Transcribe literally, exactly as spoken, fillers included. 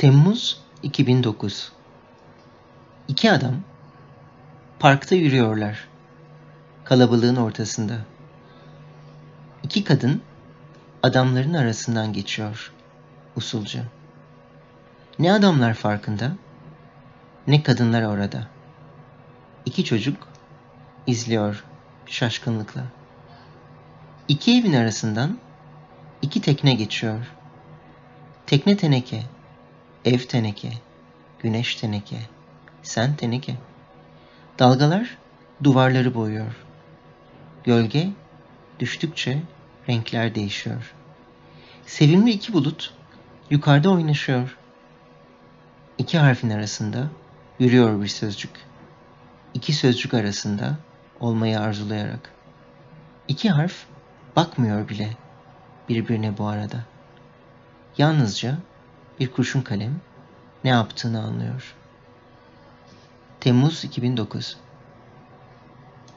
Temmuz iki bin dokuz. İki adam parkta yürüyorlar. Kalabalığın ortasında. İki kadın adamların arasından geçiyor usulca. Ne adamlar farkında, ne kadınlar orada. İki çocuk izliyor şaşkınlıkla. İki evin arasından iki tekne geçiyor. Tekne teneke, ev teneke, güneş teneke, sen teneke. Dalgalar duvarları boyuyor. Gölge düştükçe renkler değişiyor. Sevimli iki bulut yukarıda oynaşıyor. İki harfin arasında yürüyor bir sözcük. İki sözcük arasında olmayı arzulayarak. İki harf bakmıyor bile birbirine bu arada. Yalnızca bir kurşun kalem ne yaptığını anlıyor. Temmuz iki bin dokuz.